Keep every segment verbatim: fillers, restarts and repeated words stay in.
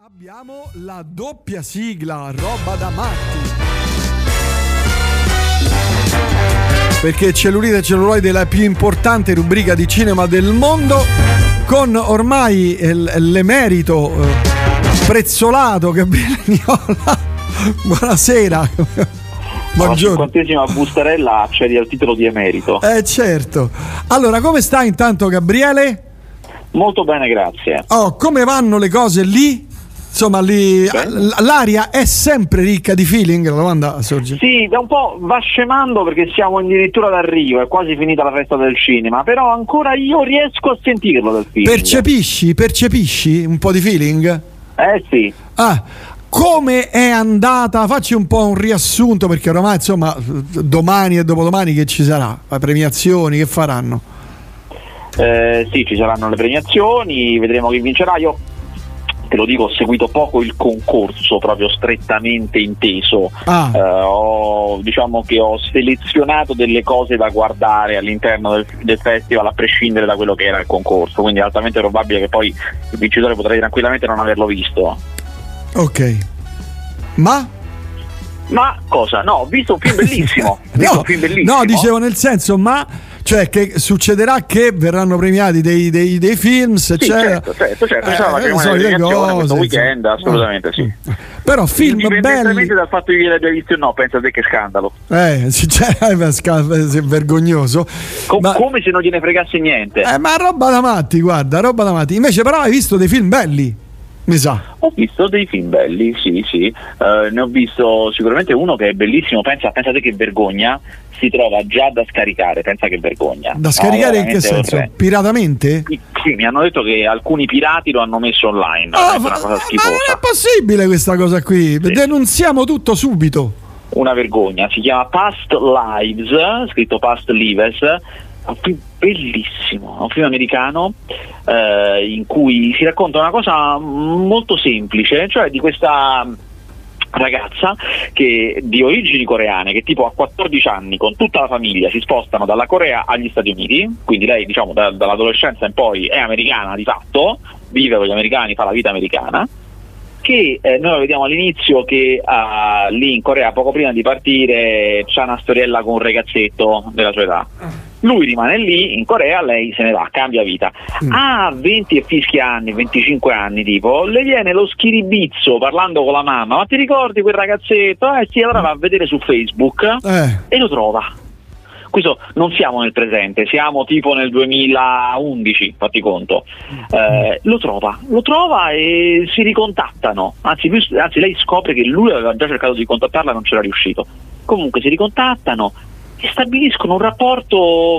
Abbiamo la doppia sigla, roba da matti. Perché Cellulite e Celluloide è la più importante rubrica di cinema del mondo, con ormai l'emerito eh, prezzolato Gabriele Niola. Buonasera. Buongiorno. La cinquantesima bustarella accedi al titolo di emerito. Eh certo. Allora, come stai intanto, Gabriele? Molto bene, grazie. Oh, come vanno le cose lì? Insomma, lì Beh. l'aria è sempre ricca di feeling, la domanda sorge. Sì, da un po' va scemando perché siamo addirittura d'arrivo, è quasi finita la festa del cinema, però ancora io riesco a sentirlo del feeling. Percepisci, percepisci un po' di feeling? Eh sì. Ah, come è andata? Facci un po' un riassunto, perché ormai insomma domani e dopodomani che ci sarà? Le premiazioni, che faranno? Eh, sì, ci saranno le premiazioni, vedremo chi vincerà. Io te lo dico, ho seguito poco il concorso proprio strettamente inteso. Ah. Eh, ho, diciamo che ho selezionato delle cose da guardare all'interno del, del festival a prescindere da quello che era il concorso, quindi è altamente probabile che poi il vincitore potrei tranquillamente non averlo visto. Ok, ma? Ma cosa? No, ho visto un film bellissimo. no, visto un film bellissimo. No, dicevo nel senso, ma cioè che succederà che verranno premiati dei, dei, dei film, se sì, c'è certo, certo, certo, eh, sarà la premiazione questo weekend, assolutamente sì. Però film indipendentemente belli, dal fatto che l'abbia visto o no, pensa te che scandalo. Eh, cioè, è vergognoso. Com- ma, come se non gliene fregasse niente. Eh, ma roba da matti, guarda, roba da matti. Invece però hai visto dei film belli, mi sa. Ho visto dei film belli, sì, sì. Uh, ne ho visto sicuramente uno che è bellissimo. Pensa, pensate che vergogna, si trova già da scaricare. Pensa che vergogna. Da scaricare, no, in che senso? Orrendo. Piratamente? Sì, sì, mi hanno detto che alcuni pirati lo hanno messo online. Ah, è una cosa schifosa. Ma non è possibile questa cosa qui. Sì. Denunziamo tutto subito. Una vergogna. Si chiama Past Lives, scritto Past Lives. È un film bellissimo, è un film americano eh, in cui si racconta una cosa molto semplice, cioè di questa ragazza che di origini coreane, che tipo a quattordici anni con tutta la famiglia si spostano dalla Corea agli Stati Uniti, quindi lei diciamo da, dall'adolescenza in poi è americana di fatto, vive con gli americani, fa la vita americana, che eh, noi lo vediamo all'inizio che uh, lì in Corea poco prima di partire c'ha una storiella con un ragazzetto della sua età. Lui rimane lì in Corea, lei se ne va, cambia vita. Mm. A venti e fischi anni, venticinque anni tipo, le viene lo schiribizzo parlando con la mamma: ma ti ricordi quel ragazzetto? Eh sì, allora va a vedere su Facebook eh. e lo trova. Questo non siamo nel presente, siamo tipo nel duemilaundici, fatti conto. Eh, lo trova, lo trova e si ricontattano. Anzi, lui, anzi, lei scopre che lui aveva già cercato di contattarla e non c'era riuscito. Comunque si ricontattano e stabiliscono un rapporto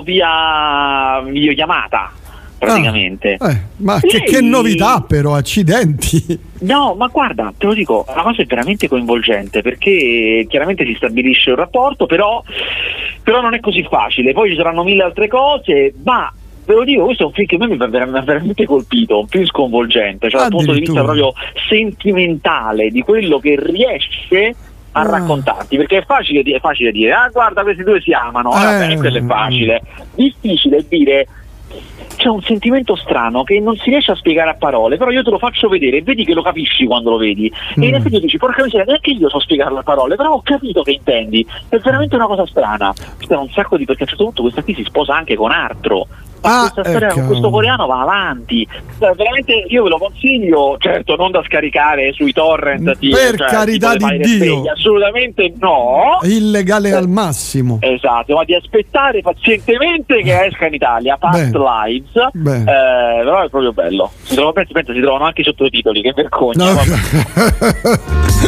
via videochiamata, praticamente. Ah, eh, ma lei... che, che novità però, accidenti! No, ma guarda, te lo dico, la cosa è veramente coinvolgente, perché chiaramente si stabilisce un rapporto, però, però non è così facile. Poi ci saranno mille altre cose, ma ve lo dico, questo è un film che a me mi ha veramente colpito, un film sconvolgente, cioè dal punto di vista proprio sentimentale di quello che riesce a ah. raccontarti, perché è facile, è facile dire ah guarda questi due si amano, eh, vabbè, quello è facile. Difficile dire c'è un sentimento strano che non si riesce a spiegare a parole, però io te lo faccio vedere e vedi che lo capisci quando lo vedi. Mm. E in effetti dici, porca miseria, neanche io so spiegarlo a parole, però ho capito che intendi. È veramente una cosa strana. C'è un sacco di, perché a un certo punto questa qui si sposa anche con altro. Ah, questa storia ecco. con questo coreano va avanti. Cioè, veramente io ve lo consiglio, certo non da scaricare sui torrent di, per cioè, carità di Dio, svegli, assolutamente no, illegale eh, al massimo, esatto, ma di aspettare pazientemente che esca in Italia. Past Beh. Lives eh, però è proprio bello, si trova, penso, penso si trovano anche i sottotitoli, che vergogna. No. Vabbè,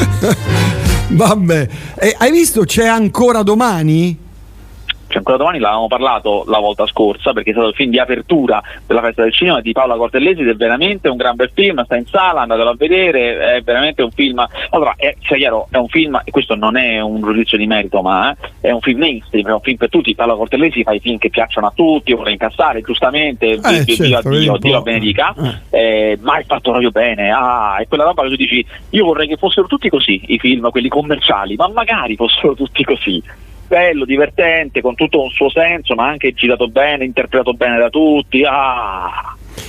vabbè. E hai visto C'è ancora domani? C'è ancora domani, l'avevamo parlato la volta scorsa perché è stato il film di apertura della festa del cinema di Paola Cortellesi ed è veramente un gran bel film, sta in sala, andatelo a vedere, è veramente un film. Allora, è, cioè, chiaro, è un film, e questo non è un giudizio di merito, ma eh, è un film mainstream, è un film per tutti. Paola Cortellesi fa i film che piacciono a tutti, vuole incassare giustamente, eh, Dio, certo, Dio, Dio la benedica, eh. Eh, ma è fatto proprio bene. Ah, è quella roba che tu dici, io vorrei che fossero tutti così i film, quelli commerciali, ma magari fossero tutti così. Bello, divertente, con tutto un suo senso, ma anche girato bene, interpretato bene da tutti. Ah.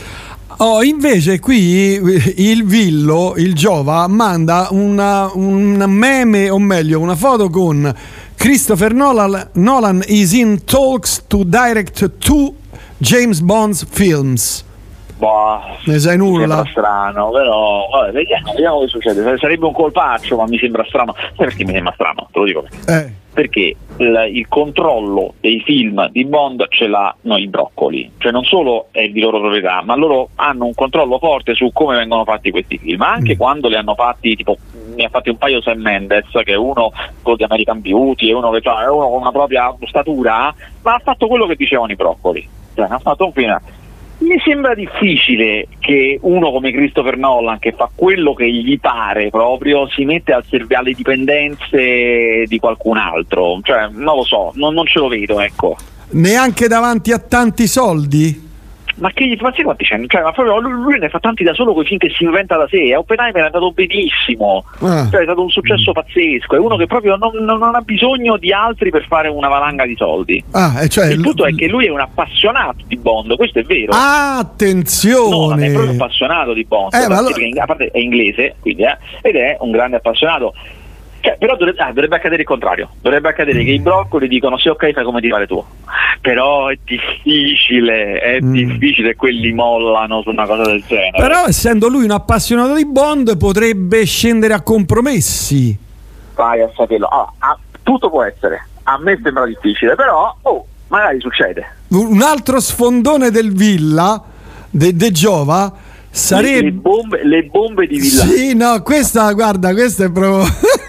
Oh, invece qui il Villo, il Giova, manda una, un meme, o meglio, una foto con Christopher Nolan, Nolan is in talks to direct two James Bond films. Boh, ne sai nulla? Mi sembra strano, però vabbè, vediamo, vediamo che succede. Sarebbe un colpaccio, ma mi sembra strano. Sai perché mi sembra strano? Te lo dico perché. Eh. Perché il, il controllo dei film di Bond ce l'hanno i Broccoli, cioè non solo è di loro proprietà, ma loro hanno un controllo forte su come vengono fatti questi film, anche mm. quando li hanno fatti, tipo ne ha fatti un paio Sam Mendes, che è uno con di American Beauty, è uno che cioè, è uno con una propria statura, ma ha fatto quello che dicevano i Broccoli, cioè ha fatto un film. Mi sembra difficile che uno come Christopher Nolan, che fa quello che gli pare proprio, si mette al servizio alle dipendenze di qualcun altro, cioè non lo so, non, non ce lo vedo, ecco. Neanche davanti a tanti soldi? Ma che ma sai quanti c'è? Cioè, ma proprio lui, lui ne fa tanti da solo, coi film che si inventa da sé. Oppenheimer è andato benissimo, ah. cioè è stato un successo pazzesco. È uno che proprio non, non ha bisogno di altri per fare una valanga di soldi. Ah, e cioè il tutto l- è che lui è un appassionato di Bond, questo è vero. Ah, attenzione! No, è proprio appassionato di Bond, eh, ma lo... a parte è inglese, quindi, eh, ed è un grande appassionato. Cioè, però dovrebbe, ah, dovrebbe accadere il contrario, dovrebbe accadere mm. che i Broccoli dicono sì, ok, fai come ti pare tu, però è difficile, è mm. difficile, quelli mollano su una cosa del genere. Però essendo lui un appassionato di Bond potrebbe scendere a compromessi. Vai a saperlo. Ah, ah, tutto può essere, a me sembra difficile, però oh, magari succede. Un altro sfondone del Villa, de, de Giova, sarebbe le bombe, le bombe di Villa. Sì, no, questa, guarda, questa è proprio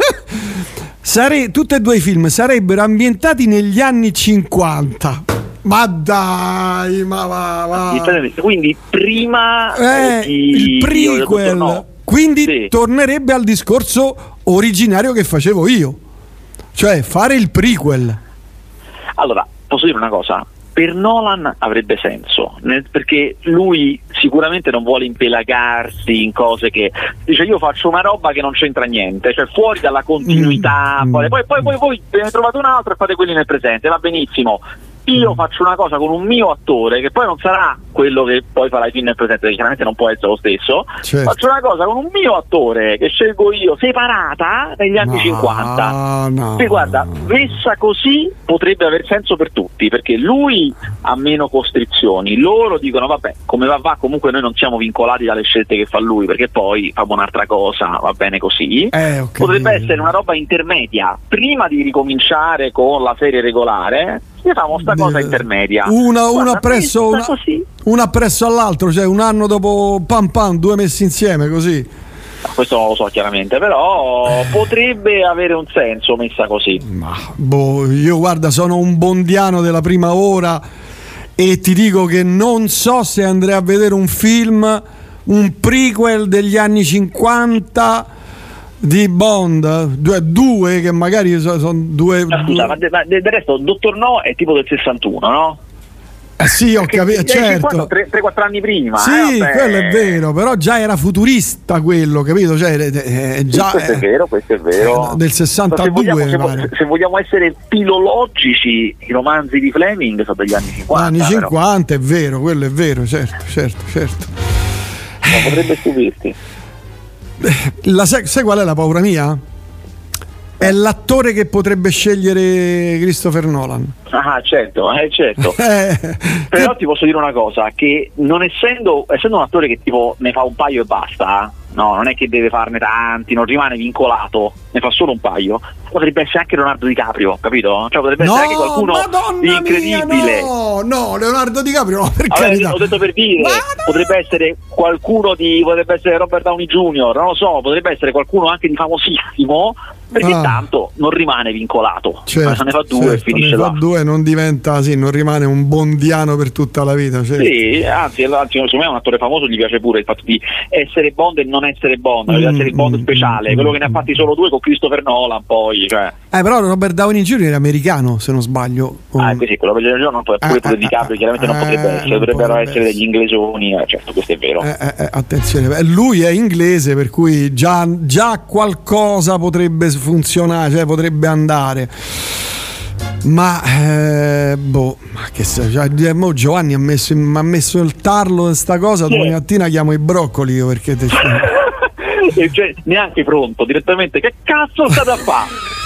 Sare... tutti e due i film sarebbero ambientati negli anni cinquanta. Ma dai, ma va, va. Quindi prima eh, di... il prequel, no. Quindi sì. tornerebbe al discorso originario che facevo io, cioè fare il prequel. Allora, posso dire una cosa? Per Nolan avrebbe senso, nel, perché lui sicuramente non vuole impelagarsi in cose che dice io faccio una roba che non c'entra niente, cioè fuori dalla continuità, mm. poi, poi, poi, poi voi ve ne trovate un altro e fate quelli nel presente, va benissimo. Io faccio una cosa con un mio attore che poi non sarà quello che poi farà i film nel presente, che chiaramente non può essere lo stesso. Certo. Faccio una cosa con un mio attore che scelgo io, separata negli anni no, cinquanta. No. E guarda, messa così potrebbe aver senso per tutti, perché lui ha meno costrizioni, loro dicono vabbè, come va va, comunque noi non siamo vincolati dalle scelte che fa lui, perché poi fa un'altra cosa, va bene così. Eh, okay. Potrebbe essere una roba intermedia, prima di ricominciare con la serie regolare. Facciamo sta cosa intermedia, una, una presso una, una presso all'altro, cioè un anno dopo pam pam, due messi insieme così. Questo non lo so chiaramente, però potrebbe avere un senso messa così. Ma boh, io guarda, sono un bondiano della prima ora e ti dico che non so se andrei a vedere un film, un prequel degli anni cinquanta di Bond, due, due che magari sono so, due, ma scusa, due... ma del resto Dottor No è tipo del sessantuno, no? Eh sì, ho capito, certo. tre quattro anni prima. Sì, eh, quello è vero, però già era futurista quello, capito? Cioè, eh, già, sì, questo è vero, questo è vero. Eh, del sessantadue. Se vogliamo, se, se vogliamo essere filologici, i romanzi di Fleming sono degli anni cinquanta. Anni cinquanta, però. È vero, quello è vero, certo, certo, certo. Ma potrebbe stupirti. La, sai, sai qual è la paura mia? È l'attore che potrebbe scegliere Christopher Nolan. Ah, certo, eh, certo. eh, Però che... ti posso dire una cosa, che non essendo, essendo un attore che tipo ne fa un paio e basta, no, non è che deve farne tanti, non rimane vincolato, ne fa solo un paio, potrebbe essere anche Leonardo DiCaprio, capito? Cioè potrebbe no, essere anche qualcuno di incredibile. Mia, no, no, Leonardo DiCaprio no, per allora, carità. Ho detto per dire, no. Potrebbe essere qualcuno di, potrebbe essere Robert Downey junior, non lo so, potrebbe essere qualcuno anche di famosissimo, perché ah. tanto non rimane vincolato, certo, ma se ne fa due certo, e finisce là. Ne fa due non diventa, sì, non rimane un bondiano per tutta la vita. Certo. Sì, anzi, anzi, secondo me a un attore famoso gli piace pure il fatto di essere Bond e non essere Bond, mm, essere il Bond mm, speciale, mm, quello che ne ha fatti solo due con Christopher Nolan poi, cioè. Eh, però Robert Downey junior è americano, se non sbaglio. Ah, così, quello per Downey non può pure eh, di Caprio, chiaramente eh, non potrebbe essere, non dovrebbero essere, essere degli inglesoni, eh, certo, questo è vero. Eh, eh, attenzione, lui è inglese, per cui già, già qualcosa potrebbe funzionare, cioè potrebbe andare. Ma eh, boh, ma che sa, cioè, Giovanni ha messo, mi ha messo il tarlo in sta cosa, sì. Domani mattina chiamo i broccoli io perché te e cioè, neanche pronto, direttamente che cazzo state a fare?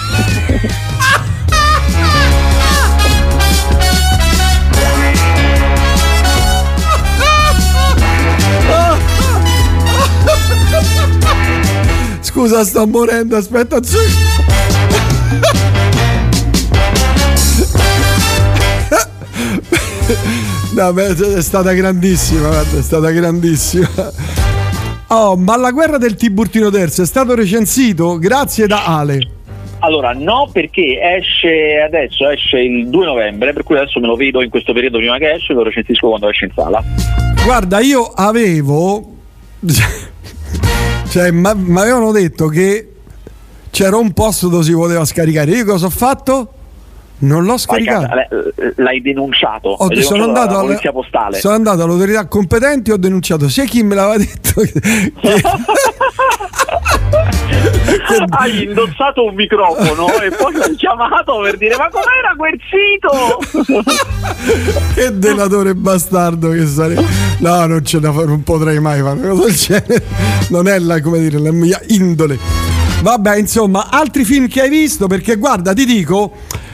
Scusa, sto morendo, aspetta. No, beh, è stata grandissima, guarda, è stata grandissima. Oh, ma la guerra del Tiburtino Terzo è stato recensito? Grazie da Ale. Allora, no, perché esce adesso, esce il due novembre, per cui adesso me lo vedo in questo periodo prima che esce, lo recensisco quando esce in sala. Guarda, io avevo cioè mi avevano detto che c'era un posto dove si poteva scaricare. Io cosa ho fatto? Non l'ho scaricato. L'hai denunciato? Ho, L'hai sono, denunciato andato alla polizia postale. Sono andato alle autorità competenti e ho denunciato sia chi me l'aveva detto che, che... Hai indossato un microfono e poi hai chiamato per dire ma com'era quel sito? Che delatore bastardo che sarei. No, non ce la non potrei mai fare una cosa del genere. Non è la, come dire, la mia indole. Vabbè, insomma, altri film che hai visto? Perché guarda, ti dico,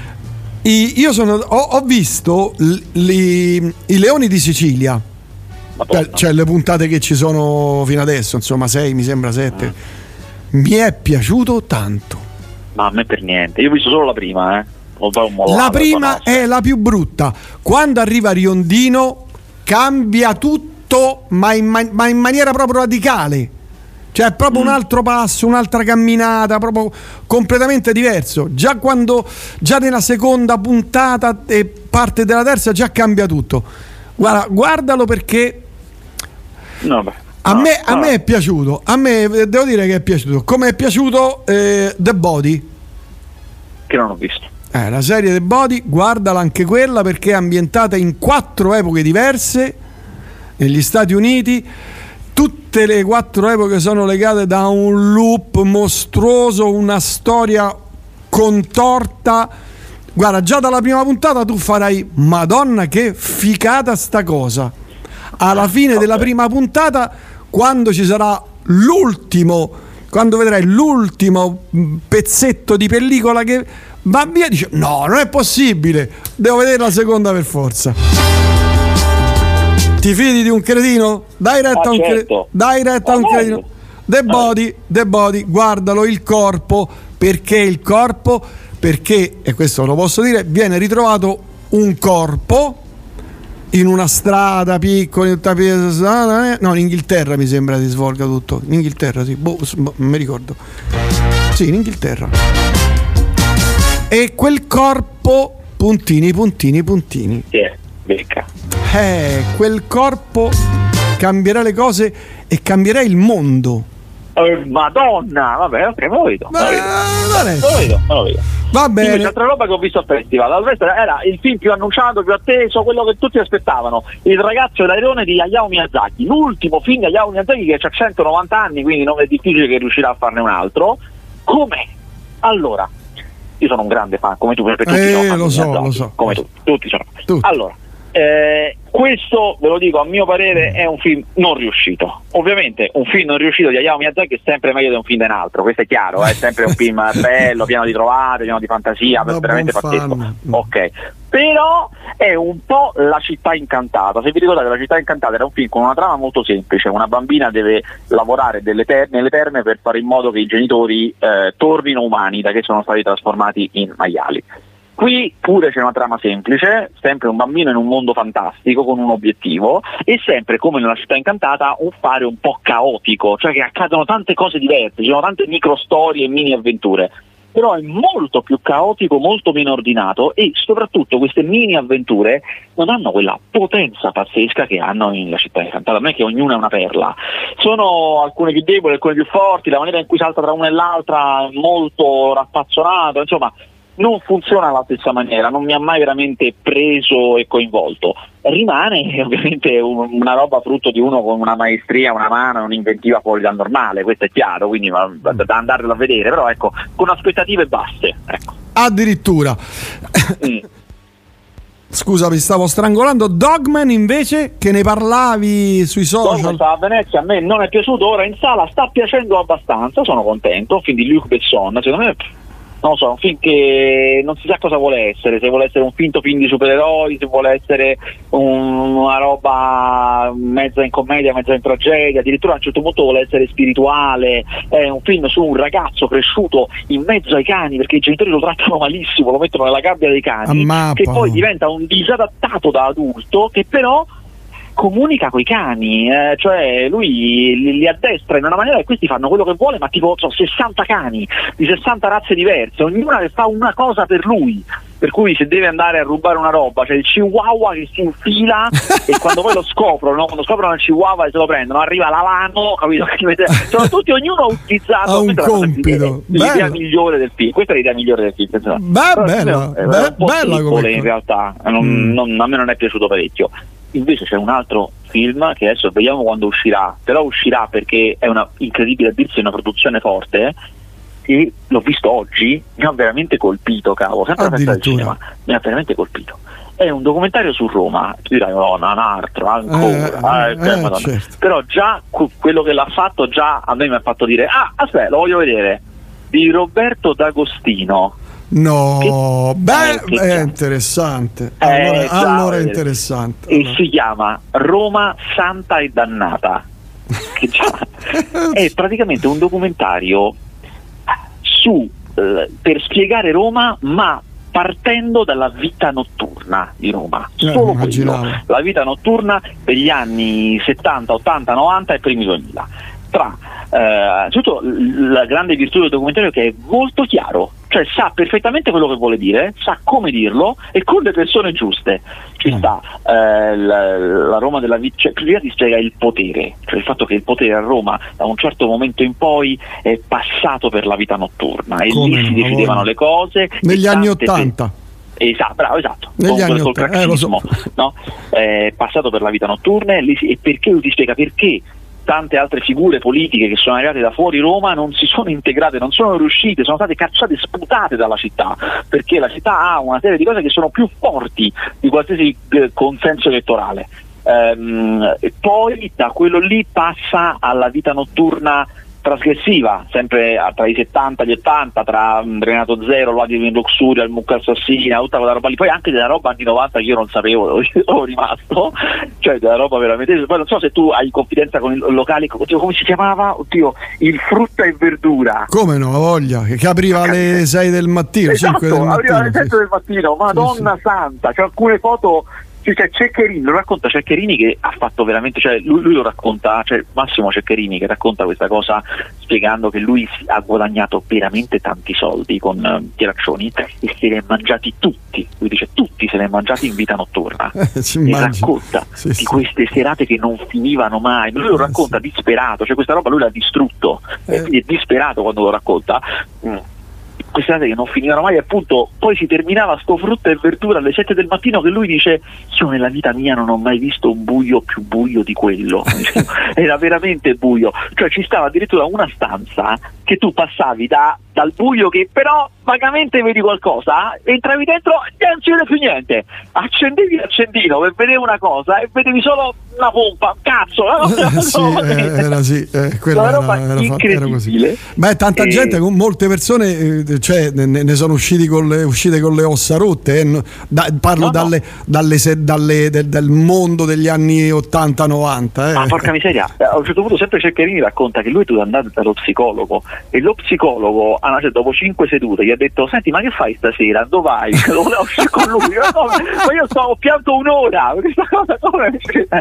io sono ho, ho visto li, i Leoni di Sicilia. Cioè, cioè le puntate che ci sono fino adesso, insomma, sei, mi sembra sette. Mm. Mi è piaciuto tanto. Ma a me per niente. Io ho visto solo la prima, eh. Mollato, la prima è la più brutta. Quando arriva Riondino cambia tutto, ma in, man- ma in maniera proprio radicale. Cioè è proprio mm. un altro passo, un'altra camminata, proprio completamente diverso. Già quando, già nella seconda puntata e parte della terza già cambia tutto. Guarda, guardalo perché no, beh, a, no, me, a no. me è piaciuto. A me devo dire che è piaciuto. Come è piaciuto eh, The Body, che non ho visto. Eh, la serie The Body, guardala anche quella perché è ambientata in quattro epoche diverse negli Stati Uniti. Tutte le quattro epoche sono legate da un loop mostruoso, una storia contorta. Guarda, già dalla prima puntata tu farai Madonna che ficata sta cosa. Alla fine della prima puntata, quando ci sarà l'ultimo, quando vedrai l'ultimo pezzetto di pellicola che va via, dice no, non è possibile, devo vedere la seconda per forza. Ti fidi di un cretino? Dai retta a ah, un, certo. cre- dai retta a un cretino. The Body, The Body, guardalo, il corpo. Perché il corpo? Perché, e questo lo posso dire, viene ritrovato un corpo in una strada piccola, in tutta... no, in Inghilterra mi sembra si svolga tutto. In Inghilterra, sì, boh, non mi ricordo. Sì, in Inghilterra. E quel corpo, puntini, puntini, puntini. Sì, becca. Eh, quel corpo cambierà le cose e cambierà il mondo. Oh, Madonna, vabbè, ok, me lo vedo. Me lo vedo, me lo vedo, me lo vedo. Va bene. Invece, altra roba che ho visto al festival. Al festival era il film più annunciato, più atteso, quello che tutti aspettavano. Il ragazzo d'airone di Hayao Miyazaki. L'ultimo film di Hayao Miyazaki che ha centonovanta anni, quindi non è difficile che riuscirà a farne un altro. Com'è? Allora, io sono un grande fan, come tu, perché tutti eh, sono fan lo di so, Miyazaki, lo so. come tu, tutti sono. Tutti. Allora, Eh, questo ve lo dico, a mio parere è un film non riuscito. Ovviamente un film non riuscito di Hayao Miyazaki è sempre meglio di un film di un altro, questo è chiaro, è sempre un film bello, pieno di trovate, pieno di fantasia, da veramente pazzesco. Fan. Ok, però è un po' La città incantata. Se vi ricordate, La città incantata era un film con una trama molto semplice: una bambina deve lavorare delle ter- nelle terme per fare in modo che i genitori eh, tornino umani da che sono stati trasformati in maiali. Qui pure c'è una trama semplice, sempre un bambino in un mondo fantastico con un obiettivo, e sempre come nella città incantata un fare un po' caotico, cioè che accadono tante cose diverse, ci sono tante micro storie e mini avventure, però è molto più caotico, molto meno ordinato, e soprattutto queste mini avventure non hanno quella potenza pazzesca che hanno nella città incantata. Non è che ognuna è una perla, sono alcune più deboli, alcune più forti, la maniera in cui salta tra una e l'altra è molto raffazzonato, insomma non funziona alla stessa maniera, non mi ha mai veramente preso e coinvolto. Rimane ovviamente un, una roba frutto di uno con una maestria, una mano, un'inventiva fuori dal normale, questo è chiaro, quindi da, da andarlo a vedere, però ecco, con aspettative basse, ecco. addirittura. Mm. Scusa, mi stavo strangolando. Dogman invece, che ne parlavi sui social? Dogman stava a Venezia, a me non è piaciuto, ora in sala sta piacendo abbastanza, sono contento. Un film di Luc Besson, secondo me, non lo so, un film che non si sa cosa vuole essere, se vuole essere un finto film di supereroi, se vuole essere un, una roba mezza in commedia, mezza in tragedia, addirittura a un certo punto vuole essere spirituale. È un film su un ragazzo cresciuto in mezzo ai cani perché i genitori lo trattano malissimo, lo mettono nella gabbia dei cani, che poi diventa un disadattato da adulto che però comunica coi cani, eh, cioè lui li, li addestra in una maniera che questi fanno quello che vuole, ma tipo so, sessanta cani di sessanta razze diverse, ognuna che fa una cosa per lui, per cui se deve andare a rubare una roba c'è il chihuahua che si infila e quando poi lo scoprono, quando scoprono il chihuahua e se lo prendono, arriva l'alano, capito? Sono tutti, ognuno ha utilizzato ha un compito, l'idea migliore del film, questa è l'idea migliore del film. Beh, bella, è beh, bella come in realtà non, mm. non, a me non è piaciuto parecchio. Invece c'è un altro film che adesso vediamo quando uscirà, però uscirà perché è una incredibile a dirsi, una produzione forte, e l'ho visto oggi, mi ha veramente colpito, cavolo, sempre la festa del cinema, mi ha veramente colpito. È un documentario su Roma, tu dirai no, un altro, ancora, eh, eh, eh, certo. Però già quello che l'ha fatto già a me mi ha fatto dire, ah aspetta, lo voglio vedere, di Roberto D'Agostino. No, che, beh, eh, è interessante. Allora, eh, allora è interessante. E allora. Si chiama Roma Santa e Dannata. Che già è praticamente un documentario su eh, per spiegare Roma, ma partendo dalla vita notturna di Roma. Solo eh, quello. La vita notturna degli anni settanta, ottanta, novanta e primi duemila. Tra eh, tutto la grande virtù del documentario è che è molto chiaro, cioè sa perfettamente quello che vuole dire, sa come dirlo e con le persone giuste. Ci sta eh, la, la Roma della vita, cioè prima ti spiega il potere, cioè il fatto che il potere a Roma da un certo momento in poi è passato per la vita notturna e come lì si decidevano no, le cose negli anni ottanta. Esatto, bravo, esatto. Negli con, anni col ottanta, eh, lo so. no? È passato per la vita notturna e, lì, e perché lui ti spiega perché tante altre figure politiche che sono arrivate da fuori Roma non si sono integrate, non sono riuscite, sono state cacciate, sputate dalla città, perché la città ha una serie di cose che sono più forti di qualsiasi eh, consenso elettorale. Ehm, e poi da quello lì passa alla vita notturna trasgressiva, sempre tra i settanta e gli ottanta, tra um, Renato Zero, Vladimir Luxuria, il Mucca Assassina, tutta quella roba lì, poi anche della roba anni novanta che io non sapevo dove sono rimasto, cioè della roba veramente. Poi non so se tu hai confidenza con i locali, oddio, come si chiamava? Oddio, il Frutta e Verdura. Come no, voglia, che apriva alle sei del mattino, esatto, cinque del mattino. Apriva alle sette sì. del mattino, Madonna sì, sì. Santa, c'è alcune foto. C'è cioè, Ceccherini, lo racconta Ceccherini che ha fatto veramente, cioè lui, lui lo racconta, cioè Massimo Ceccherini che racconta questa cosa spiegando che lui ha guadagnato veramente tanti soldi con uh, Tiraccioni e se li è mangiati tutti, lui dice tutti se li è mangiati in vita notturna eh, e racconta sì, di sì. queste serate che non finivano mai, lui lo racconta sì. disperato, cioè questa roba lui l'ha distrutto eh. e quindi è disperato quando lo racconta. Mm. Queste cose che non finivano mai, appunto poi si terminava sto Frutta e Verdura alle sette del mattino che lui dice io nella vita mia non ho mai visto un buio più buio di quello. Era veramente buio, cioè ci stava addirittura una stanza che tu passavi da, dal buio che però vagamente vedi qualcosa, entravi dentro e non si vede più niente, accendevi l'accendino per vedere una cosa e vedevi solo una pompa, cazzo no? sì, eh, era sì, eh, quella era, roba era, era così. Beh, tanta e... gente, molte persone eh, cioè, ne, ne sono usciti con le, uscite con le ossa rotte eh. da, parlo no, dalle, no. dalle, dalle del, del mondo degli anni ottanta novanta eh. Ma porca miseria, a un certo punto sempre Ceccherini racconta che lui doveva andare dallo psicologo e lo psicologo cioè, dopo cinque sedute gli ha detto senti ma che fai stasera, dove vai? Lo volevo uscire con lui, ma io stavo pianto un'ora questa cosa come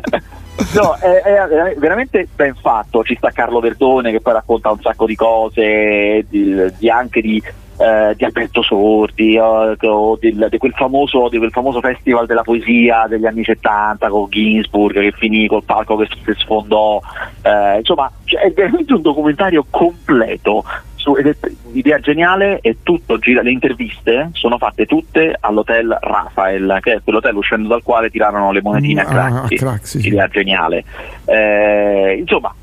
no, è, è veramente ben fatto. Ci sta Carlo Verdone che poi racconta un sacco di cose di, di anche di Eh, di Alberto Sordi o uh, di, di quel famoso di quel famoso festival della poesia degli anni settanta con Ginsburg che finì col palco che si sfondò, eh, insomma è veramente un documentario completo su, ed è l'idea geniale, è tutto gira, le interviste sono fatte tutte all'hotel Rafael, che è quell'hotel uscendo dal quale tirarono le monetine mm, a Craxi, ah, a Craxi sì. Idea geniale, eh, insomma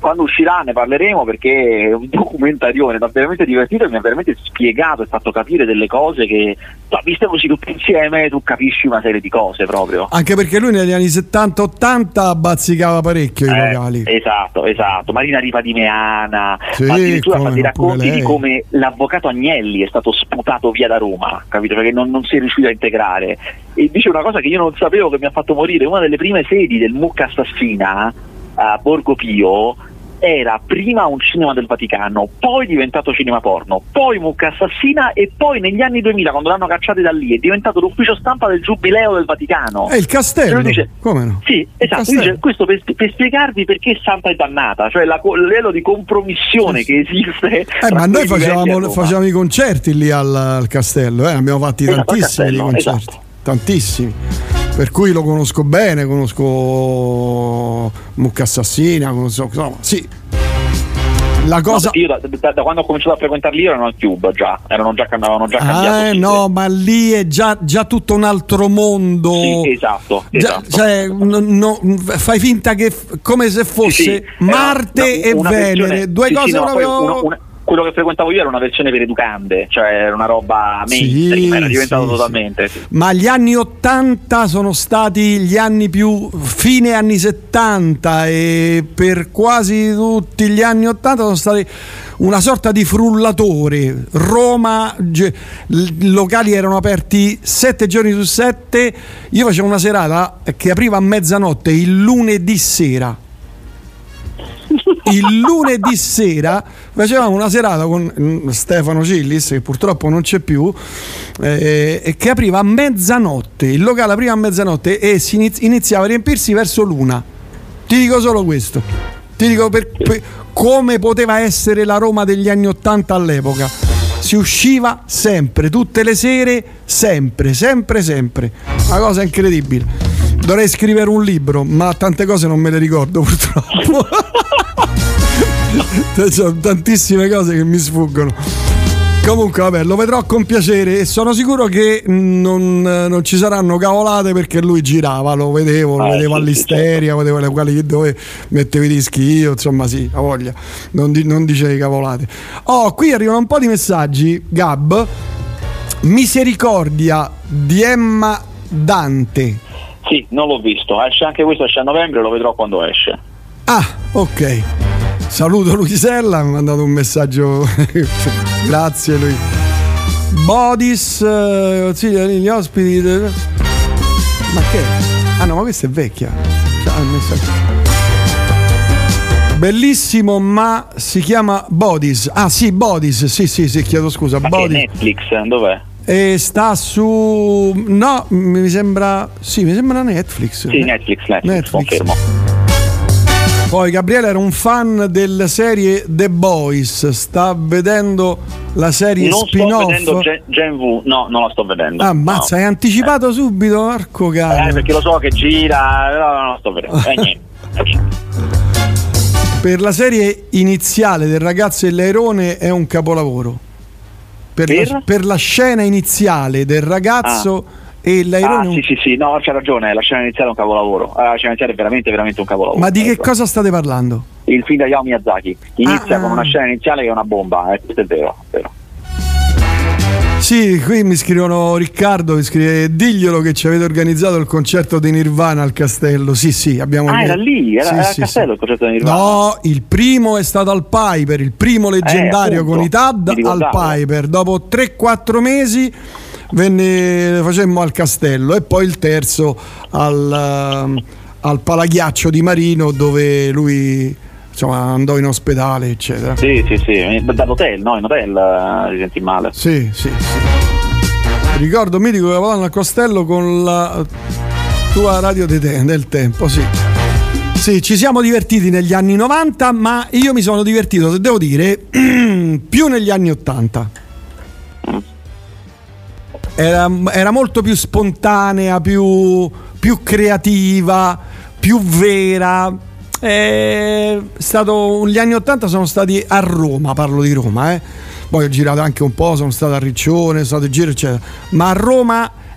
quando uscirà ne parleremo, perché è un documentarione, mi ha veramente divertito e mi ha veramente spiegato e fatto capire delle cose che, viste così tutte insieme, tu capisci una serie di cose proprio. Anche perché lui negli anni settanta ottanta bazzicava parecchio eh, i locali. Esatto, esatto. Marina Riva di Meana, sì, addirittura fa dei racconti lei. di come l'avvocato Agnelli è stato sputato via da Roma, capito? Perché non, non si è riuscito a integrare. E dice una cosa che io non sapevo, che mi ha fatto morire: una delle prime sedi del Mucca Assassina a Borgo Pio era prima un cinema del Vaticano, poi diventato cinema porno, poi Mucca Assassina, e poi negli anni duemila, quando l'hanno cacciati da lì, è diventato l'ufficio stampa del Giubileo del Vaticano. È il castello, dice, come no? Sì, esatto, dice, questo per, per spiegarvi perché Santa è dannata, cioè la, il livello di compromissione sì, che esiste. Eh, ma noi facevamo, facevamo i concerti lì al, al castello, eh? Abbiamo fatti esatto, tantissimi castello, concerti, esatto. tantissimi. Per cui lo conosco bene, conosco Mucca Assassina, conosco, insomma, sì. La cosa... No, io da, da, da quando ho cominciato a frequentarli lì erano al Cube già, erano già, avevano già cambiato. Eh no, ma lì è già, già tutto un altro mondo. Sì, esatto, esatto. Già, cioè, no, no, fai finta che come se fosse sì, sì. Marte no, e Venere, versione, sì, due sì, cose no, proprio... Una, una, quello che frequentavo io era una versione per educande, cioè era una roba mainstream, sì, era diventato sì, totalmente sì. Ma gli anni ottanta sono stati gli anni più fine anni settanta, e per quasi tutti gli anni ottanta sono stati una sorta di frullatore. Roma, i locali erano aperti sette giorni su sette. Io facevo una serata che apriva a mezzanotte il lunedì sera. Il lunedì sera facevamo una serata con Stefano Cillis, che purtroppo non c'è più, eh, che apriva a mezzanotte, il locale apriva a mezzanotte e si iniz- iniziava a riempirsi verso l'una. Ti dico solo questo, ti dico per, per, come poteva essere la Roma degli anni ottanta all'epoca. Si usciva sempre, tutte le sere, sempre, sempre, sempre. Una cosa incredibile. Dovrei scrivere un libro, ma tante cose non me le ricordo purtroppo. C'ho tantissime cose che mi sfuggono. Comunque vabbè, lo vedrò con piacere e sono sicuro che non, non ci saranno cavolate, perché lui girava, lo vedevo, lo ah, vedevo sì, all'Isteria, certo. Vedevo le quali dove mettevo i dischi io, insomma sì, a voglia, non, di, non dicevi cavolate. Oh, qui arrivano un po' di messaggi. Gab, Misericordia di Emma Dante. Sì, non l'ho visto, esce anche questo, esce a novembre, lo vedrò quando esce. Ah, ok. Saluto Luisella, mi ha mandato un messaggio. Grazie lui. Bodis, consiglia gli ospiti. Ma che? Ah no, ma questa è vecchia. Bellissimo, ma si chiama Bodis. Ah sì, Bodis, sì sì sì, chiedo scusa. Ma Bodis. Che Netflix, dov'è? E sta su... No, mi sembra... Sì, mi sembra Netflix. Sì, Netflix, Netflix, Netflix. Confermo. Poi Gabriele era un fan della serie The Boys, sta vedendo la serie non spin-off? Non sto vedendo Gen, Gen V, no, non la sto vedendo. Ammazza, no. Hai anticipato eh. subito, Marco caro. Eh, perché lo so che gira, però non la sto vedendo. Eh, niente. Per la serie iniziale del Ragazzo e l'airone è un capolavoro. Per, per? La, per la scena iniziale del ragazzo ah. e l'airone. Ah, un... sì, sì, sì, no, c'ha ragione, la scena iniziale è un capolavoro. La scena iniziale è veramente, veramente un capolavoro. Ma di che ecco. cosa state parlando? Il film di Hayao Miyazaki. Inizia ah, con una scena iniziale che è una bomba, eh, questo è vero, è vero. Sì, qui mi scrivono Riccardo, mi scrive diglielo che ci avete organizzato il concerto di Nirvana al castello. Sì, sì, abbiamo Ah, era lì, era, sì, era sì, al castello sì. il concerto di Nirvana. No, il primo è stato al Piper, il primo leggendario eh, con i T A D al Piper. Dopo tre quattro mesi venne facemmo al castello, e poi il terzo al, al Palaghiaccio di Marino, dove lui insomma andò in ospedale eccetera. Sì, sì, sì, dall'hotel, no? In hotel uh, ti senti male. Sì, sì, sì. Ricordo mitico che andavamo al castello con la tua radio de te, del tempo, sì. Sì, ci siamo divertiti negli anni novanta, ma io mi sono divertito, devo dire, più negli anni ottanta. Era, era molto più spontanea, più, più creativa, più vera. È stato, gli anni ottanta sono stati a Roma, parlo di Roma, eh. Poi ho girato anche un po', sono stato a Riccione, sono stato in giro eccetera, ma a Roma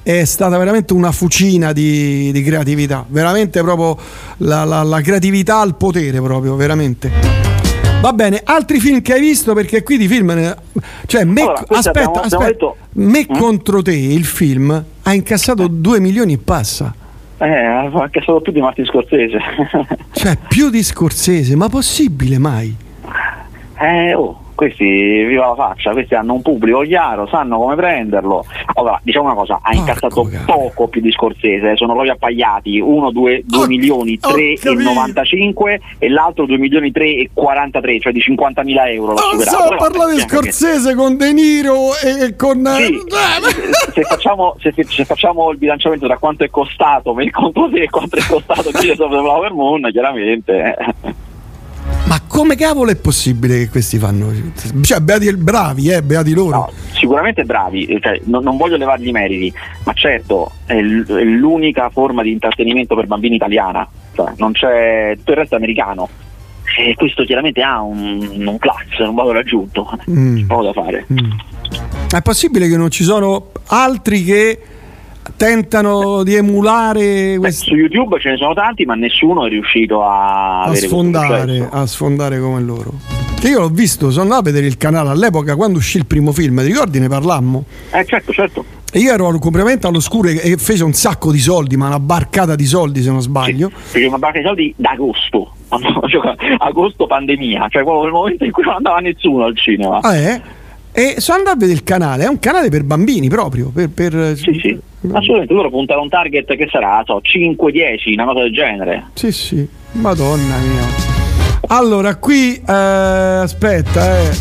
è stata veramente una fucina di, di creatività, veramente proprio la, la, la creatività al potere, proprio veramente. Va bene, altri film che hai visto, perché qui di film ne... cioè me, allora, aspetta, abbiamo, aspetta. abbiamo detto... me mm? contro te, il film ha incassato due milioni e passa. Eh, anche solo più di Martin Scorsese. Cioè, più di Scorsese, ma possibile mai? Eh, oh, questi, viva la faccia, questi hanno un pubblico chiaro, sanno come prenderlo. Allora, diciamo una cosa, ha Porco incassato cane. poco più di Scorsese, sono proprio appagliati, uno due Oh, milioni ho tre e capito. novantacinque e l'altro due milioni tre e quarantatré, cioè di cinquantamila euro l'ha Non superato. so Però, parlare di diciamo che- Scorsese con De Niro e con... Sì, se facciamo, se, se facciamo il bilanciamento tra quanto è costato per il conto te e quanto è costato Killers of the Flower Moon, chiaramente eh. Ma come cavolo è possibile che questi fanno? Cioè, beati, bravi, eh, beati loro. No, sicuramente bravi, cioè, non, non voglio levargli i meriti, ma certo è, l- è l'unica forma di intrattenimento per bambini italiana, cioè, non c'è, tutto il resto è americano e questo chiaramente ha un, un plus, un valore aggiunto, Mm. c'è poco da fare. Mm. È possibile che non ci sono altri che tentano di emulare Beh, questi... su YouTube ce ne sono tanti, ma nessuno è riuscito a, a avere questo sfondare, successo. a sfondare come loro. Che io l'ho visto, sono andato a vedere il canale all'epoca quando uscì il primo film, ti ricordi, ne parlammo? Eh certo, certo. E io ero completamente all'oscuro e e fece un sacco di soldi, ma una barcata di soldi se non sbaglio. Sì, fece una barca di soldi d'agosto, cioè, agosto pandemia, cioè proprio il momento in cui non andava nessuno al cinema. Ah, eh? E sono andato a vedere il canale, è un canale per bambini proprio, per... per Sì, sì, assolutamente, loro puntano un target che sarà, so, cinque dieci, una cosa del genere. Sì, sì, madonna mia. Allora, qui, eh, aspetta, eh.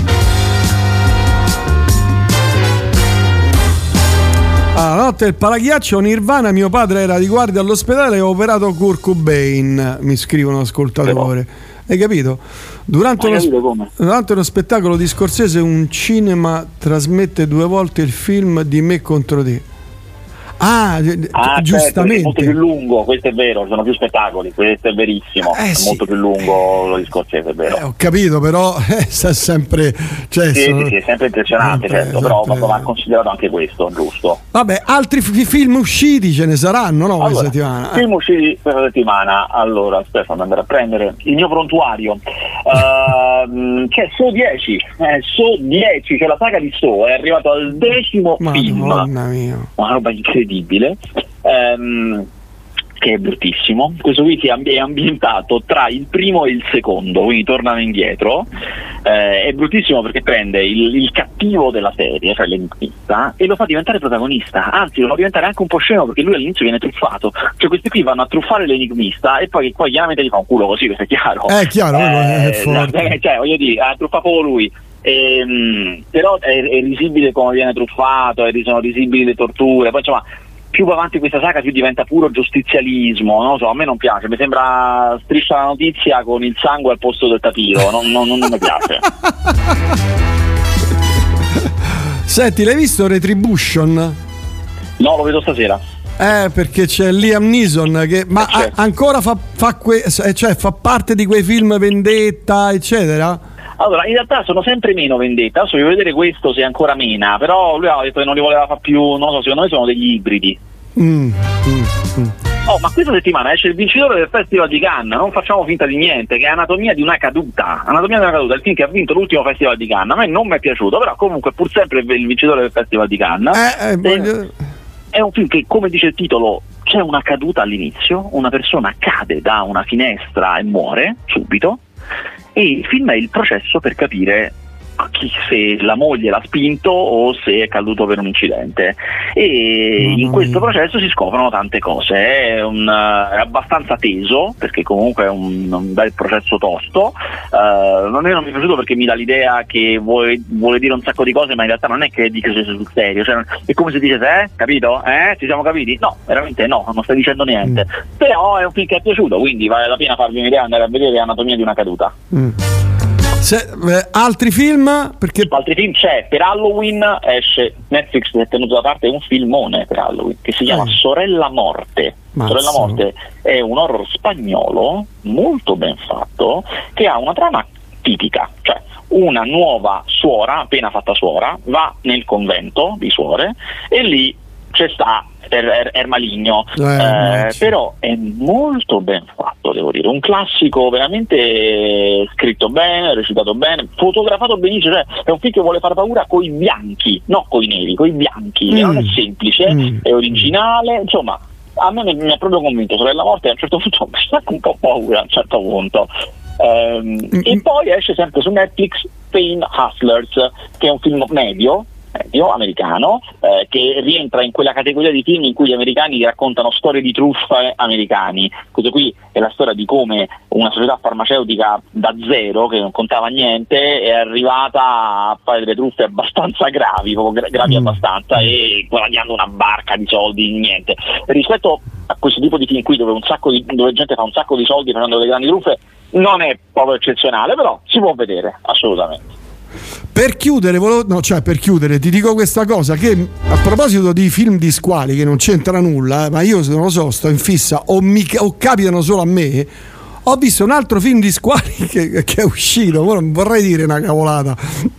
Ah, la notte del palaghiaccio, Nirvana, mio padre era di guardia all'ospedale e ho operato Kurt Cobain, mi scrive un ascoltatore. Hai capito? Durante Hai uno, capito come? durante uno spettacolo di Scorsese un cinema trasmette due volte il film di Me contro te. Ah, Ah, giustamente. certo, è molto più lungo, questo è vero, sono più spettacoli, questo è verissimo, Eh, è sì. molto più lungo lo di Scorsese, è vero. Eh, ho capito, però eh, sta sempre... Cioè, Sì, sono- sì, sì, è sempre impressionante, sempre- certo, però sempre- va considerato anche questo, giusto? Vabbè, altri fi- film usciti ce ne saranno, no? Questa Allora, settimana. Eh. film usciti questa settimana. Allora, aspetta, fammi andare a prendere il mio prontuario. Ehm, c'è So dieci, eh, So dieci, c'è la saga di So, è arrivato al decimo film. Madonna mia. Una roba incredibile. Ehm, che è bruttissimo. Questo qui si è ambientato tra il primo e il secondo, quindi tornano indietro. Eh, è bruttissimo perché prende il, il cattivo della serie, cioè l'enigmista, e lo fa diventare protagonista, anzi lo fa diventare anche un po' scemo perché lui all'inizio viene truffato, cioè questi qui vanno a truffare l'enigmista e poi, poi chiaramente gli fa un culo così, questo è chiaro. È chiaro, è forte. eh, cioè voglio dire, ha truffato proprio lui. Ehm, però è, è risibile come viene truffato, è, sono risibili le torture, poi insomma più va avanti questa saga più diventa puro giustizialismo, non lo so, a me non piace, mi sembra Striscia la notizia con il sangue al posto del tapiro, non, non, non mi piace. Senti, l'hai visto Retribution? No, lo vedo stasera. Eh, perché c'è Liam Neeson che ma Eh, certo. a- ancora fa, fa, que- eh, cioè, fa parte di quei film vendetta, eccetera. Allora, in realtà sono sempre meno vendetta, adesso voglio vedere questo se è ancora mena, però lui ha detto che non li voleva fare più, non so, secondo me sono degli ibridi. Mm, mm, mm. Oh, ma questa settimana esce il vincitore del Festival di Cannes, non facciamo finta di niente, che è Anatomia di una caduta. Anatomia di una caduta, il film che ha vinto l'ultimo Festival di Cannes. A me non mi è piaciuto, però comunque pur sempre il vincitore del Festival di Cannes. Eh, eh, voglio- È un film che, come dice il titolo, c'è una caduta all'inizio, una persona cade da una finestra e muore subito, e il film è il processo per capire chi, se la moglie l'ha spinto o se è caduto per un incidente, e Mamma in questo mia. processo si scoprono tante cose. È, un, è abbastanza teso perché comunque è un, un bel processo tosto. Uh, non, è, non mi è piaciuto perché mi dà l'idea che vuole, vuole dire un sacco di cose, ma in realtà non è che dice sul serio, cioè, è come se dice eh, capito? Eh, ci siamo capiti? No, veramente no, non stai dicendo niente. Mm. Però è un film che è piaciuto, quindi vale la pena farvi un'idea, andare a vedere Anatomia di una caduta. mm. Se- eh, altri film? Perché Altri film c'è, per Halloween esce, Netflix si è tenuto da parte un filmone per Halloween che si chiama Eh. Sorella Morte. Mazza. Sorella Morte è un horror spagnolo molto ben fatto che ha una trama tipica, cioè una nuova suora, appena fatta suora, va nel convento di suore e lì c'è sta è, è, è maligno, eh, eh, però è molto ben fatto, devo dire, un classico veramente scritto bene, recitato bene, fotografato benissimo, cioè è un film che vuole fare paura coi bianchi, non coi neri, coi bianchi, mm. non è semplice, mm. è originale, insomma a me mi ha proprio convinto. Sorella Morte a un certo punto mi fa un po' paura a un certo punto. Um, mm. E poi esce sempre su Netflix Fame Hustlers, che è un film medio medio americano, eh, che rientra in quella categoria di film in cui gli americani raccontano storie di truffa americani. Questo qui è la storia di come una società farmaceutica da zero, che non contava niente, è arrivata a fare delle truffe abbastanza gravi, proprio gravi mm. abbastanza, e guadagnando una barca di soldi, niente. Rispetto a questo tipo di film qui, dove un sacco di dove gente fa un sacco di soldi facendo delle grandi truffe, non è proprio eccezionale, però si può vedere assolutamente. Per chiudere, volevo, no, cioè per chiudere, ti dico questa cosa, che a proposito di film di squali, che non c'entra nulla, eh, ma io non lo so, sto in fissa, o, mi, o capitano solo a me, ho visto un altro film di squali che, che è uscito, non vorrei dire una cavolata.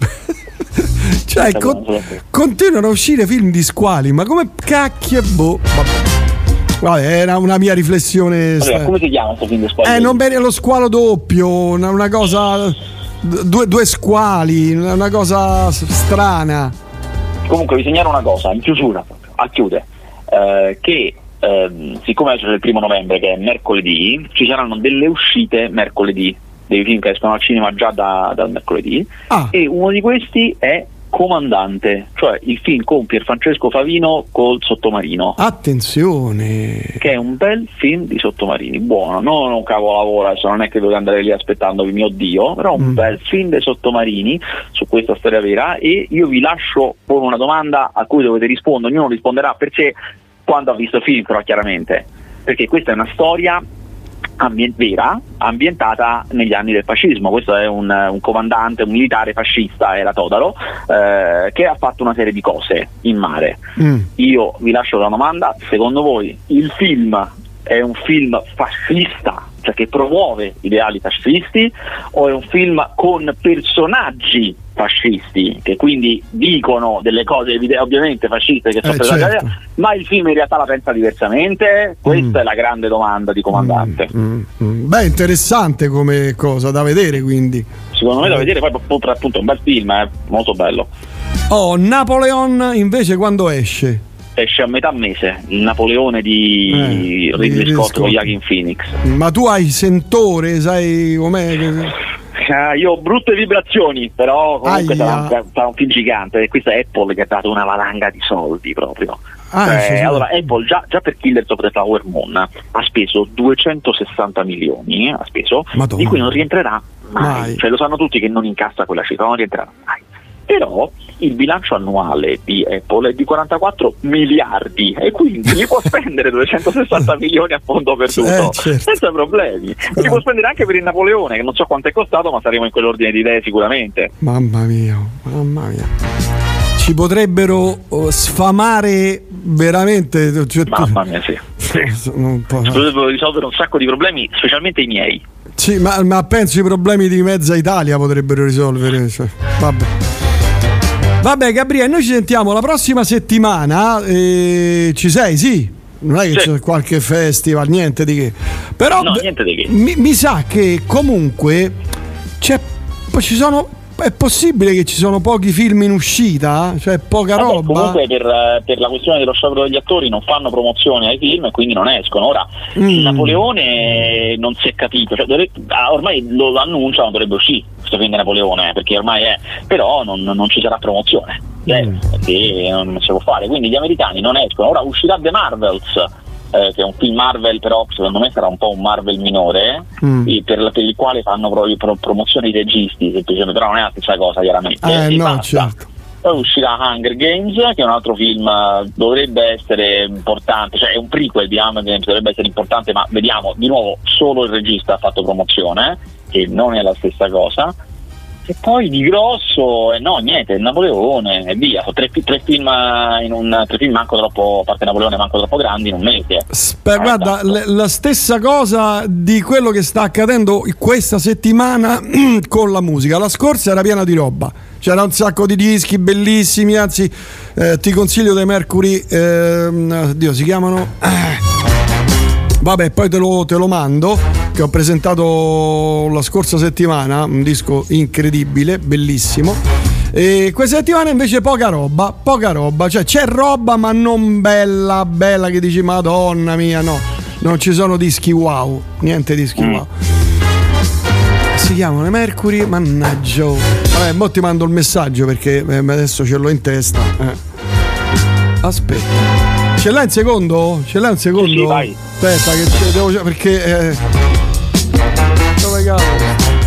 Cioè, con, continuano a uscire film di squali, ma come cacchio, boh, vabbè. Vabbè, era una mia riflessione. Vabbè, come si chiama questo film di squali? Eh, non bene, lo squalo doppio, una, una cosa... Due, due squali, una cosa strana. Comunque vi segnalo una cosa in chiusura, a chiudere, eh, che eh, siccome adesso c'è il primo novembre, che è mercoledì, ci saranno delle uscite mercoledì, dei film che escono al cinema già da, dal mercoledì, ah. e uno di questi è Comandante, cioè il film con Pierfrancesco Favino col sottomarino. Attenzione! Che è un bel film di sottomarini, buono, non un capolavoro, adesso non è che dovete andare lì aspettandovi mio Dio, però un mm. bel film dei sottomarini su questa storia vera. E io vi lascio con una domanda a cui dovete rispondere, ognuno risponderà per sé quando ha visto il film, però chiaramente, perché questa è una storia Ambien- vera, ambientata negli anni del fascismo. Questo è un, un comandante, un militare fascista, era Todaro, eh, che ha fatto una serie di cose in mare. Mm. Io vi lascio la domanda: secondo voi il film è un film fascista, cioè che promuove ideali fascisti, o è un film con personaggi fascisti che quindi dicono delle cose ovviamente fasciste che sono eh, certo. ma il film in realtà la pensa diversamente? Questa mm. è la grande domanda di Comandante. mm, mm, mm. Beh, interessante come cosa da vedere, quindi secondo me da vedere. Poi appunto è un bel film, è eh? molto bello. Oh, Napoleon invece quando esce? Esce a metà mese, il Napoleone di eh, Ridley Scott con Joaquin Phoenix. Ma tu hai sentore, sai com'è? Uh, io ho brutte vibrazioni, però comunque sarà un, sarà un film gigante, e questa è Apple che ha dato una valanga di soldi proprio. Ah, eh, allora Apple già, già per Killers of the Flower Moon ha speso duecentosessanta milioni, ha speso, Madonna. Di cui non rientrerà mai. mai. Cioè lo sanno tutti che non incassa quella cifra, non rientrerà mai. Però il bilancio annuale di Apple è di quarantaquattro miliardi e quindi li può spendere duecentosessanta milioni a fondo perduto, eh, certo. senza problemi. Li eh. può spendere anche per il Napoleone, che non so quanto è costato, ma saremo in quell'ordine di idee sicuramente. Mamma mia, mamma mia. Ci potrebbero sfamare veramente. Cioè, mamma mia, sì. sì. Non po- Ci potrebbero risolvere un sacco di problemi, specialmente i miei. Sì, ma, ma penso i problemi di mezza Italia potrebbero risolvere. Cioè, vabbè. Vabbè Gabriele, noi ci sentiamo la prossima settimana, eh, ci sei? Sì, non è che sì. c'è qualche festival, niente di che. Però no, niente di che. Mi, mi sa che comunque c'è, ci sono, è possibile che ci sono pochi film in uscita? Cioè poca Vabbè, roba? Comunque per, per la questione dello sciopero degli attori non fanno promozione ai film e quindi non escono. Ora mm. il Napoleone non si è capito, cioè, dovrebbe, ormai lo annunciano, dovrebbe uscire questo film di Napoleone, perché ormai è, però non, non ci sarà promozione, eh, mm. perché non si può fare, quindi gli americani non escono. Ora uscirà The Marvels, eh, che è un film Marvel, però secondo me sarà un po' un Marvel minore, mm. per, per il quale fanno proprio pro, promozione i registi, semplicemente, però non è la stessa cosa chiaramente. Eh, no, certo. Poi uscirà Hunger Games, che è un altro film, dovrebbe essere importante, cioè è un prequel di Hunger Games, dovrebbe essere importante, ma vediamo, di nuovo solo il regista ha fatto promozione, che non è la stessa cosa. E poi di grosso, eh, no, niente, il Napoleone e via. Sono tre, tre film in un tre film manco troppo, a parte Napoleone, manco troppo grandi in un mese. Sper- guarda, l- la stessa cosa di quello che sta accadendo questa settimana con la musica. La scorsa era piena di roba. c'era un sacco di dischi bellissimi, anzi eh, ti consiglio dei Mercury, eh, Dio, si chiamano eh. Vabbè, poi te lo, te lo mando, che ho presentato la scorsa settimana, un disco incredibile, bellissimo. E questa settimana invece poca roba, poca roba, cioè c'è roba ma non bella, bella che dici Madonna mia, no, non ci sono dischi wow, niente dischi mm. wow. Si chiamano Mercury, mannaggia. Vabbè, mo ti mando il messaggio perché eh, adesso ce l'ho in testa. Eh. Aspetta. Ce l'hai un secondo? Ce l'hai un secondo? Sì, vai. Aspetta che ce devo perché eh... dove cavolo?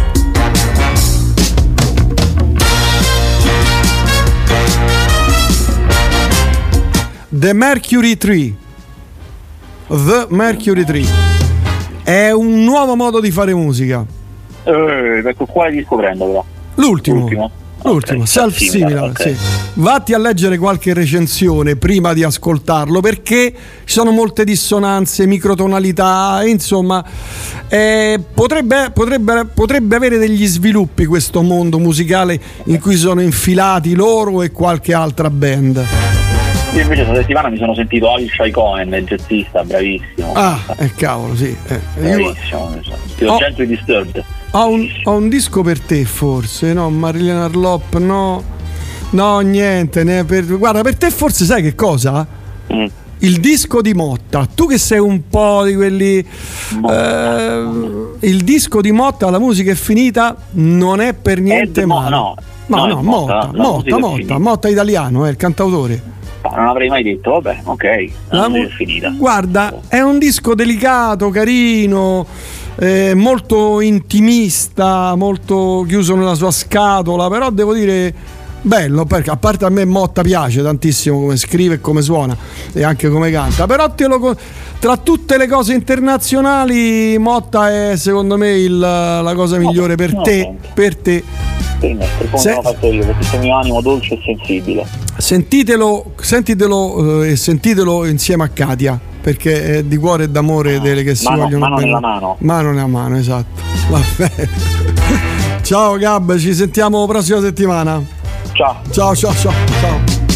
The Mercury tre. The Mercury tre. È un nuovo modo di fare musica. Eh, ecco, quale disco prendo però? L'ultimo. L'ultimo. L'ultimo, okay, self-similar, okay. Sì. Vatti a leggere qualche recensione prima di ascoltarlo, perché ci sono molte dissonanze, microtonalità, insomma eh, potrebbe, potrebbe, potrebbe avere degli sviluppi questo mondo musicale in cui sono infilati loro e qualche altra band. Io invece questa settimana mi sono sentito Avishai Cohen, il jazzista, bravissimo. Ah, eh, cavolo, sì. Eh. Bravissimo, io... oh. Gently Disturbed. Ho un, ho un disco per te forse, no? Marilyn Arlop, no? No, niente, ne per, guarda, per te forse sai che cosa? Mm. Il disco di Motta, tu che sei un po' di quelli eh, il disco di Motta, la musica è finita, non è per niente male. No, no, no, no, Motta, Motta, Motta, Motta, Motta italiano, è il cantautore. Non avrei mai detto, vabbè, ok, la musica è finita. Guarda, è un disco delicato, carino, eh, molto intimista, molto chiuso nella sua scatola, però devo dire bello, perché a parte a me Motta piace tantissimo come scrive e come suona e anche come canta, però te lo, tra tutte le cose internazionali Motta è secondo me il, la cosa migliore per no, te, no, per te. Sì, Se, l'ho fatto io, perché il mio animo dolce e sensibile. Sentitelo, sentitelo eh, e sentitelo insieme a Katia, perché è di cuore e d'amore no, delle che si mano, vogliono mano bene. nella mano. Mano nella mano, esatto. Va bene. Ciao Gab, ci sentiamo prossima settimana. Ciao. Ciao, ciao, ciao, ciao.